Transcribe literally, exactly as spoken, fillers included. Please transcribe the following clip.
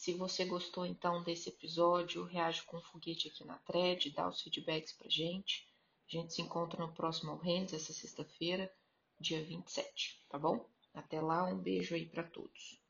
Se você gostou então desse episódio, reage com um foguete aqui na thread, dá os feedbacks pra gente. A gente se encontra no próximo All Hands, essa sexta-feira, dia vinte e sete, tá bom? Até lá, um beijo aí pra todos.